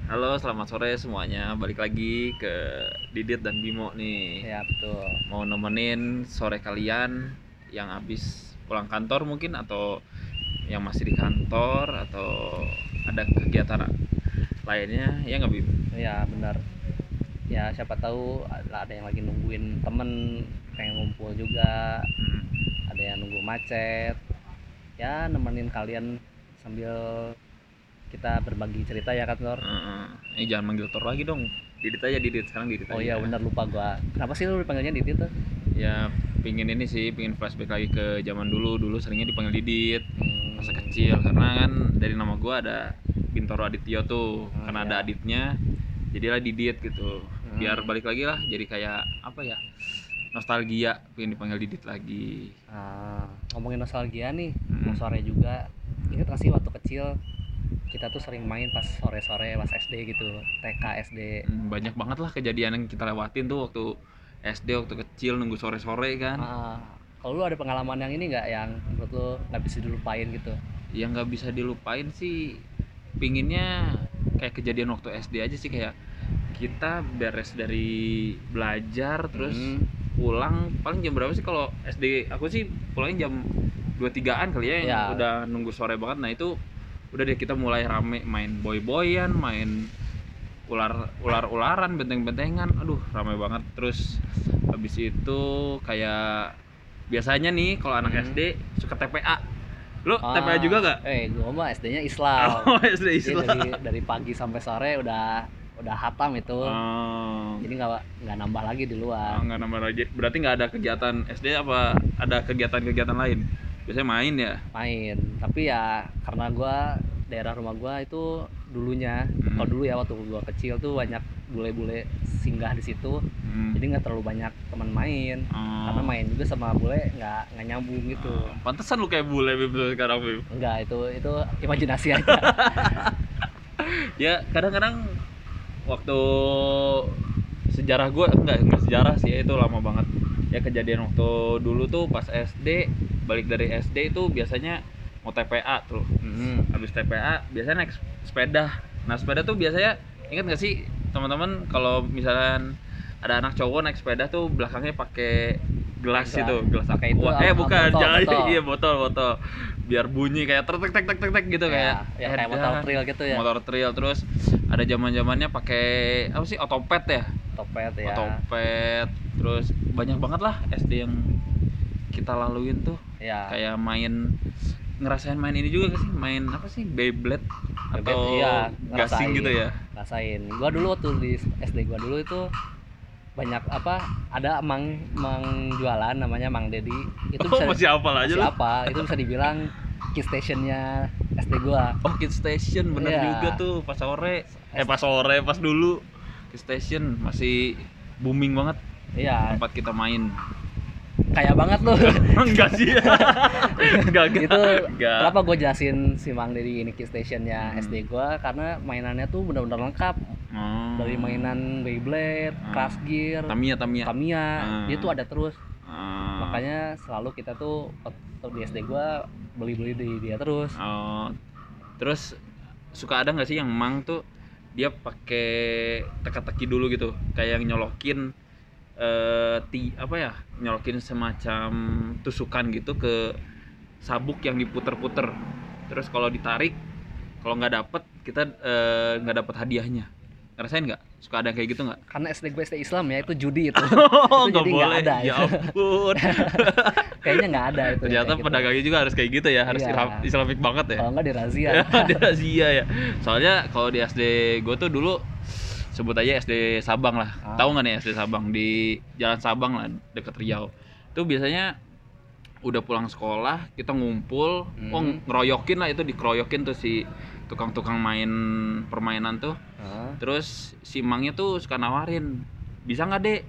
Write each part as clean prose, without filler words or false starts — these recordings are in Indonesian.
Halo, selamat sore semuanya. Balik lagi ke Didit dan Bimo nih. Ya betul. Mau nemenin sore kalian yang habis pulang kantor mungkin, atau yang masih di kantor, atau ada kegiatan lainnya, ya nggak, Bim? Ya benar. Ya siapa tahu ada yang lagi nungguin temen pengen ngumpul juga, Hmm. ada yang nunggu macet. Ya nemenin kalian sambil kita berbagi cerita ya kan Lor. Jangan manggil Tor lagi dong. Didit aja, Didit. Sekarang Didit Oh aja. iya benar, lupa gua. Kenapa sih lu dipanggilnya Didit tuh? Ya, pingin ini sih, pingin flashback lagi ke zaman dulu. Dulu seringnya dipanggil Didit masa Hmm, kecil, karena kan dari nama gua ada Bintoro Adityo tuh, oh, karena ada ya. aditnya jadilah Didit gitu. Biar Hmm. balik lagi lah, jadi kayak apa ya, nostalgia, pengen dipanggil Didit lagi. Ngomongin nostalgia nih, mau Mm. sore juga. Ingat gak sih waktu kecil kita tuh sering main pas sore-sore pas SD gitu, TK SD. Banyak banget lah kejadian yang kita lewatin tuh waktu SD, waktu kecil nunggu sore-sore kan. Ah, kalau lu ada pengalaman yang ini nggak yang menurut lu nggak bisa dilupain gitu? Yang nggak bisa dilupain sih, pinginnya kayak kejadian waktu SD aja sih, kayak kita beres dari belajar terus Hmm, pulang paling jam berapa sih kalau SD aku sih, pulangnya jam 2-3-an kali ya, yang ya, udah nunggu sore banget. Nah itu udah deh, kita mulai rame main boy-boyan, main ular-ularan, benteng-bentengan, aduh rame banget. Terus habis itu kayak biasanya nih kalau anak hmm. SD suka TPA. Lu TPA juga gak? Gua mah SD-nya Islam. Oh, SD Jadi dari Islam. dari pagi sampai sore udah hatam itu. Oh, Jadi nggak nambah lagi di luar. nggak nambah lagi. Berarti nggak ada kegiatan SD, apa ada kegiatan-kegiatan lain? Biasanya main ya. Main. Tapi ya karena daerah rumah gua itu dulunya, kalau dulu ya waktu gua kecil tuh banyak bule-bule singgah di situ. Hmm. Jadi nggak terlalu banyak teman main. Karena Oh. main juga sama bule nggak nyambung gitu. Pantesan lu kayak bule Bim sekarang, Bim. Enggak, itu imajinasi aja. Ya kadang-kadang waktu sejarah gue, enggak sejarah sih ya, itu lama banget ya. Kejadian waktu dulu tuh pas SD, balik dari SD itu biasanya mau TPA tuh. Habis TPA biasanya naik sepeda. Nah sepeda tuh biasanya, ingat gak sih teman-teman, kalau misalkan ada anak cowok naik sepeda tuh belakangnya pakai gelas, Gelas. itu gelas Pakai itu aqua, bukan, botol, jangan. botol. Iya, botol biar bunyi kayak tek tek tek tek tek gitu, kayak Ya kayak motor trail gitu ya. motor trail. Terus ada zaman-zamannya pakai apa sih, otopet ya, Topet ya. otopet. Terus banyak banget lah SD yang kita laluin tuh. Ya. Kayak ngerasain main ini juga gak sih, main apa sih, Beyblade Bebet, atau iya, gasing gitu ya. Ngerasain. Gua dulu waktu di SD gua dulu itu banyak ada mang mang jualan namanya Mang Dedi. Itu bisa Masih hafal aja masih lu. apa? Itu bisa dibilang key stationnya SD gua. Oh, Kid Station, bener Iya. juga tuh pas sore. Pas dulu Kid Station masih booming banget Iya, tempat kita main. kaya banget lu. Enggak sih. Enggak. Itu Enggak. kenapa gue jelasin si Mang Dedi ini key stationnya SD gue, karena mainannya tuh benar-benar lengkap. Dari mainan Beyblade, Crash Gear, Tamiya. Tamiya, dia tuh Hmm. ada terus. Ah. Makanya selalu kita tuh waktu di SD gue beli-beli di dia terus. Oh. Terus suka ada nggak sih yang Mang tuh dia pakai teka-teki dulu gitu, kayak yang nyolokin apa ya, nyolokin semacam tusukan gitu ke sabuk yang diputer-puter. Terus kalau ditarik, kalau nggak dapet, kita nggak dapet hadiahnya. Ngerasain nggak? Suka ada kayak gitu nggak? Karena SD gue SD Islam ya, itu judi itu. Oh, Itu nggak jadi nggak boleh. ada Ya itu. ampun. Kayaknya nggak ada itu. Ternyata kayak gitu. pedagangnya juga harus kayak gitu ya, harus Iya. islamik banget ya. Kalau nggak dirazia. Di razia ya. Soalnya kalau di SD gue tuh dulu, sebut aja SD Sabang lah. Tahu nggak nih SD Sabang, di Jalan Sabang lah, deket Riau. Itu biasanya udah pulang sekolah kita ngumpul, ngeroyokin lah, itu dikeroyokin tuh si tukang-tukang main permainan tuh. Terus si Mangnya tuh suka nawarin, bisa nggak dek,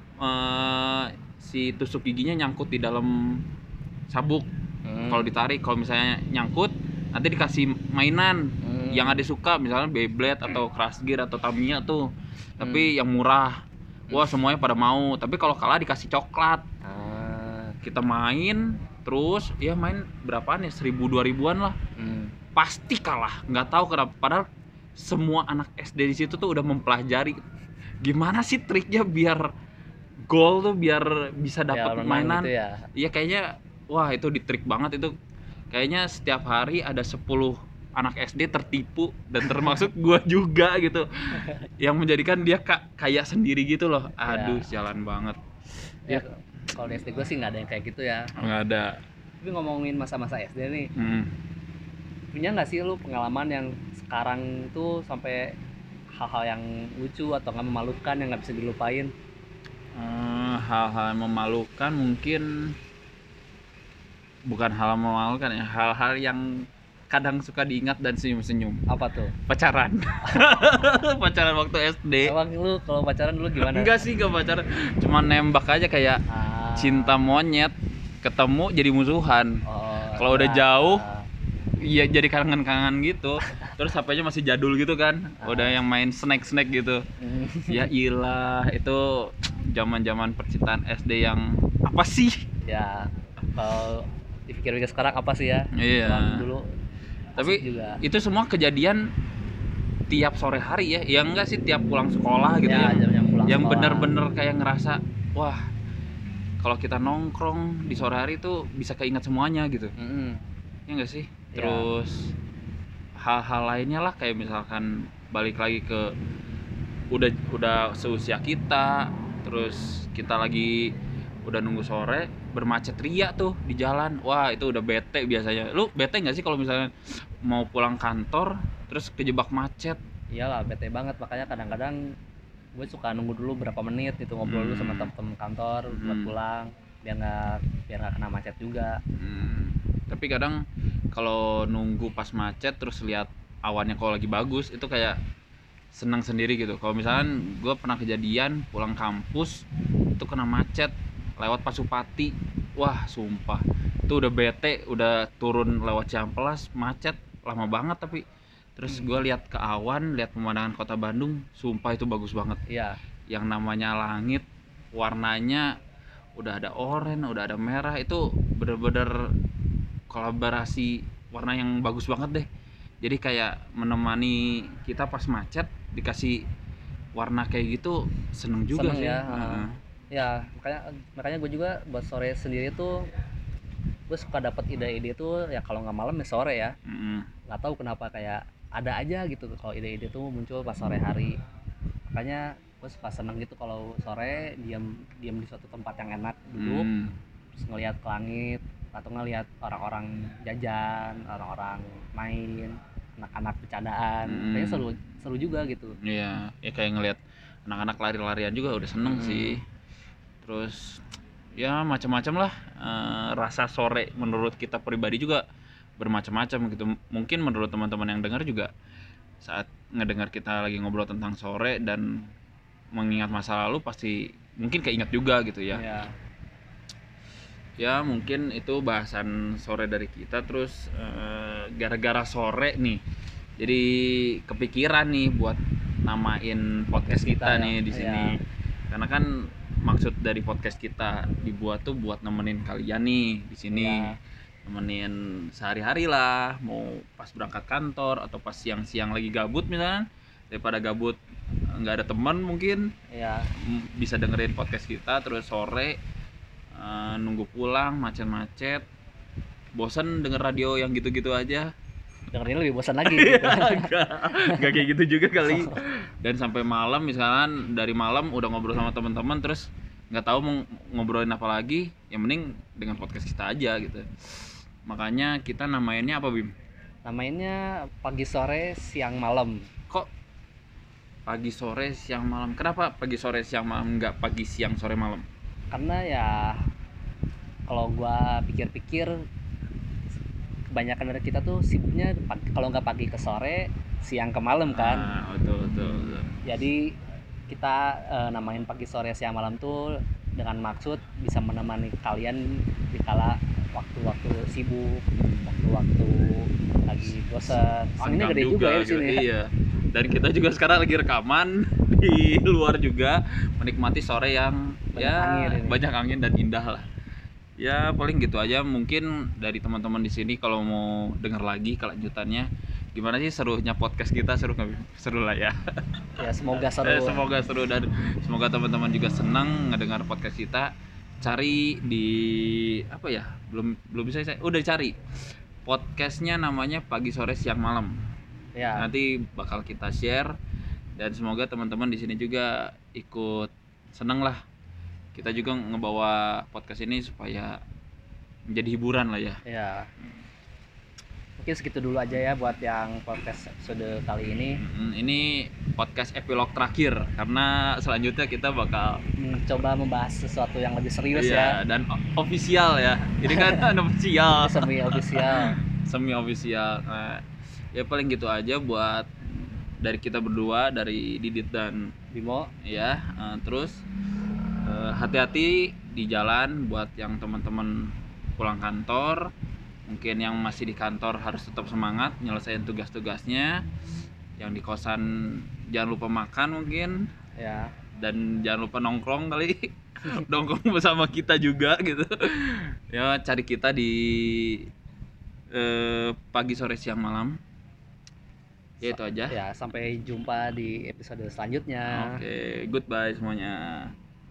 si tusuk giginya nyangkut di dalam sabuk. Kalau ditarik, kalau misalnya nyangkut, nanti dikasih mainan yang ada suka, misalnya Beyblade atau Crash Gear atau Tamiya tuh, tapi yang murah. Wah, semuanya pada mau, tapi kalau kalah dikasih coklat. Kita main terus, ya main berapaan ya, 1000-2000-an lah. Pasti kalah, nggak tahu kenapa. Padahal semua anak SD di situ tuh udah mempelajari gimana sih triknya biar gol tuh, biar bisa Ya, dapat menang mainan. gitu ya. Iya kayaknya wah itu di trik banget itu. Kayaknya setiap hari ada 10 anak SD tertipu dan termasuk gua juga gitu. Yang menjadikan dia kayak sendiri gitu loh. Aduh, Ya. jalan banget. Ya, kalau di SD gue sih nggak ada yang kayak gitu ya. Nggak ada. Tapi ngomongin masa-masa SD nih, Hmm. punya nggak sih lu pengalaman yang sekarang tuh sampai hal-hal yang lucu atau nggak memalukan yang nggak bisa dilupain? Hal-hal yang memalukan mungkin bukan hal yang memalukan ya, hal-hal yang kadang suka diingat dan senyum-senyum. Apa tuh? Pacaran. Pacaran waktu SD. Emang lu kalau pacaran dulu gimana? Enggak sih, enggak pacaran. Cuma nembak aja kayak cinta monyet, ketemu jadi musuhan. Kalau udah jauh, iya jadi kangen-kangen gitu. Terus HP-nya masih jadul gitu kan. Udah yang main snack-snack gitu. Ya ilah, itu zaman-zaman percintaan SD yang apa sih? Ya, kalau dipikir-pikir sekarang apa sih ya? Iya. Kalau dulu Tapi asik juga. itu semua kejadian tiap sore hari ya. Ya enggak sih tiap pulang sekolah gitu Ya, jam-jam pulang yang sekolah. bener-bener kayak ngerasa wah, kalau kita nongkrong di sore hari tuh bisa keinget semuanya gitu. Ya enggak sih? Ya. Terus hal-hal lainnya lah kayak misalkan balik lagi ke udah seusia kita, terus kita lagi udah nunggu sore bermacet ria tuh di jalan. Wah, itu udah bete biasanya. Lu bete nggak sih kalau misalnya mau pulang kantor terus kejebak macet? Iyalah, bete banget, makanya kadang-kadang gue suka nunggu dulu berapa menit gitu, ngobrol dulu sama temen-temen kantor buat pulang biar nggak kena macet juga. Tapi kadang kalau nunggu pas macet terus lihat awannya kalau lagi bagus itu kayak senang sendiri gitu. Kalau misalkan gue pernah kejadian pulang kampus itu kena macet lewat Pasupati, wah sumpah itu udah bete, udah turun lewat Ciamplas macet lama banget. Tapi terus gue lihat ke awan, lihat pemandangan kota Bandung, sumpah itu bagus banget. Iya. Yang namanya langit warnanya udah ada oranye, udah ada merah, itu bener-bener kolaborasi warna yang bagus banget deh. Jadi kayak menemani kita pas macet dikasih warna kayak gitu, seneng juga Seneng sih. ya. Ya, makanya gue juga buat sore sendiri tuh gue suka dapat ide-ide tuh ya kalau nggak malam ya sore ya. Nggak tahu kenapa kayak ada aja gitu kalau ide-ide tuh muncul pas sore hari. Makanya gue suka seneng gitu kalau sore diam di suatu tempat yang enak, duduk terus ngelihat ke langit atau ngelihat orang-orang jajan, orang-orang main, anak-anak bercandaan. Kayaknya seru juga gitu. Iya, ya kayak ngelihat anak-anak lari-larian juga udah seneng sih. Terus ya macam-macam lah. Rasa sore menurut kita pribadi juga bermacam-macam gitu. Mungkin menurut teman-teman yang dengar juga saat ngedengar kita lagi ngobrol tentang sore dan mengingat masa lalu pasti mungkin keinget juga gitu ya. Iya. Ya mungkin itu bahasan sore dari kita. Terus gara-gara sore nih jadi kepikiran nih buat namain podcast kita nih di sini. Karena kan maksud dari podcast kita dibuat tuh buat nemenin kalian nih di sini. Nemenin sehari-hari lah, mau pas berangkat kantor atau pas siang-siang lagi gabut misalnya, daripada gabut nggak ada teman mungkin. Iya. Bisa dengerin podcast kita. Terus sore nunggu pulang macet-macet, bosan denger radio yang gitu-gitu aja, Dengerin lebih bosan lagi gitu. Enggak kayak gitu juga kali. Dan sampai malam misalkan dari malam udah ngobrol sama teman-teman terus nggak tahu mau ngobrolin apa lagi, yang mending dengan podcast kita aja gitu. Makanya kita namainnya apa, Bim? Namainnya pagi sore siang malam. Kok pagi sore siang malam? Kenapa pagi sore siang malam, nggak pagi siang sore malam? Karena ya kalau gua pikir-pikir kebanyakan dari kita tuh sibuknya kalau nggak pagi ke sore, siang ke malam kan. Betul. Jadi kita namain pagi sore siang malam tuh dengan maksud bisa menemani kalian di kala waktu-waktu sibuk, waktu-waktu lagi bosan. Anginnya gede juga ya di sini. Iya. Dan kita juga sekarang lagi rekaman di luar juga, menikmati sore yang banyak angin dan indah lah. Ya paling gitu aja. Mungkin dari teman-teman di sini kalau mau denger lagi kelanjutannya gimana sih serunya podcast kita, seru nggak? Seru lah ya. Ya semoga seru. Semoga seru dan semoga teman-teman juga senang ngedengar podcast kita. Cari di apa ya? Belum bisa saya. Udah cari. Podcastnya namanya Pagi Sore Siang Malam. Ya. Nanti bakal kita share dan semoga teman-teman di sini juga ikut seneng lah. Kita juga ngebawa podcast ini supaya menjadi hiburan lah ya. Ya. Mungkin segitu dulu aja ya buat yang podcast episode kali ini. Ini podcast epilog terakhir karena selanjutnya kita bakal coba membahas sesuatu yang lebih serius ya. Dan official ya. Ini kan official. Semi official. Semi official. Nah, ya paling gitu aja buat dari kita berdua, dari Didit dan Bimo. Ya, terus hati-hati di jalan buat yang teman-teman pulang kantor. Mungkin yang masih di kantor harus tetap semangat nyelesain tugas-tugasnya. Yang di kosan jangan lupa makan mungkin. Ya. Dan jangan lupa nongkrong kali. Nongkrong bersama kita juga gitu. Ya, cari kita di Pagi Sore Siang Malam. Ya itu aja. Ya, sampai jumpa di episode selanjutnya. Oke, goodbye semuanya.